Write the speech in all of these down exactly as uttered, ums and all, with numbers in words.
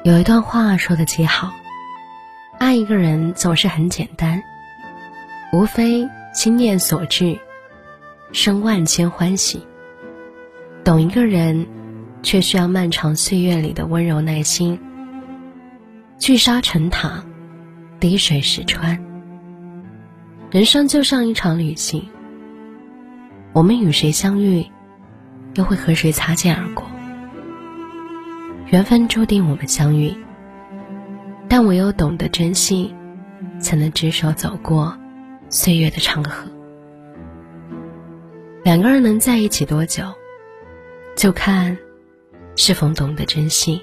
有一段话说得极好，爱一个人总是很简单，无非心念所至，生万千欢喜。懂一个人，却需要漫长岁月里的温柔耐心。聚沙成塔，滴水石穿。人生就像一场旅行，我们与谁相遇，又会和谁擦肩而过。缘分注定我们相遇，但唯有懂得珍惜，才能执手走过岁月的长河。两个人能在一起多久，就看是否懂得珍惜。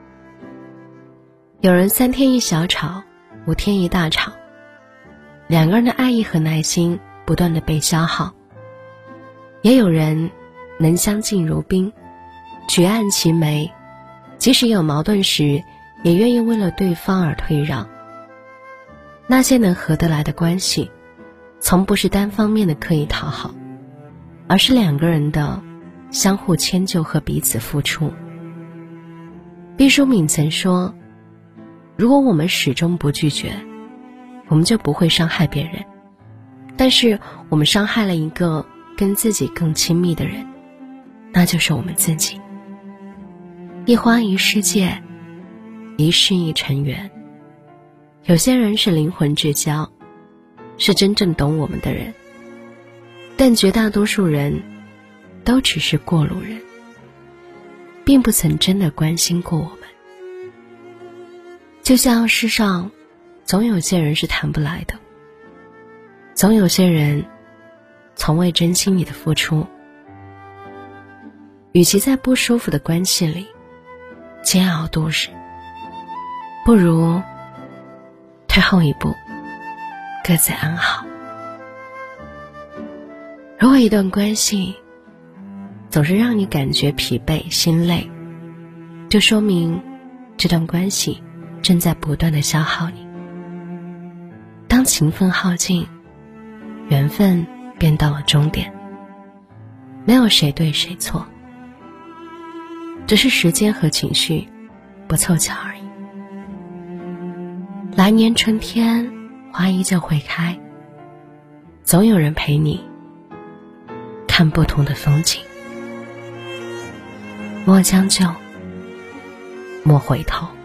有人三天一小吵，五天一大吵，两个人的爱意和耐心不断的被消耗。也有人能相敬如宾，举案齐眉，即使有矛盾时也愿意为了对方而退让。那些能合得来的关系，从不是单方面的刻意讨好，而是两个人的相互迁就和彼此付出。毕淑敏曾说，如果我们始终不拒绝，我们就不会伤害别人，但是我们伤害了一个跟自己更亲密的人，那就是我们自己。一花一世界，一世一尘缘。有些人是灵魂至交，是真正懂我们的人，但绝大多数人都只是过路人，并不曾真的关心过我们。就像世上总有些人是谈不来的，总有些人从未珍惜你的付出。与其在不舒服的关系里煎熬度日，不如退后一步，各自安好。如果一段关系总是让你感觉疲惫心累，就说明这段关系正在不断地消耗你。当情分耗尽，缘分便到了终点。没有谁对谁错，只是时间和情绪不凑巧而已。来年春天花依旧会开，总有人陪你看不同的风景。莫将就，莫回头。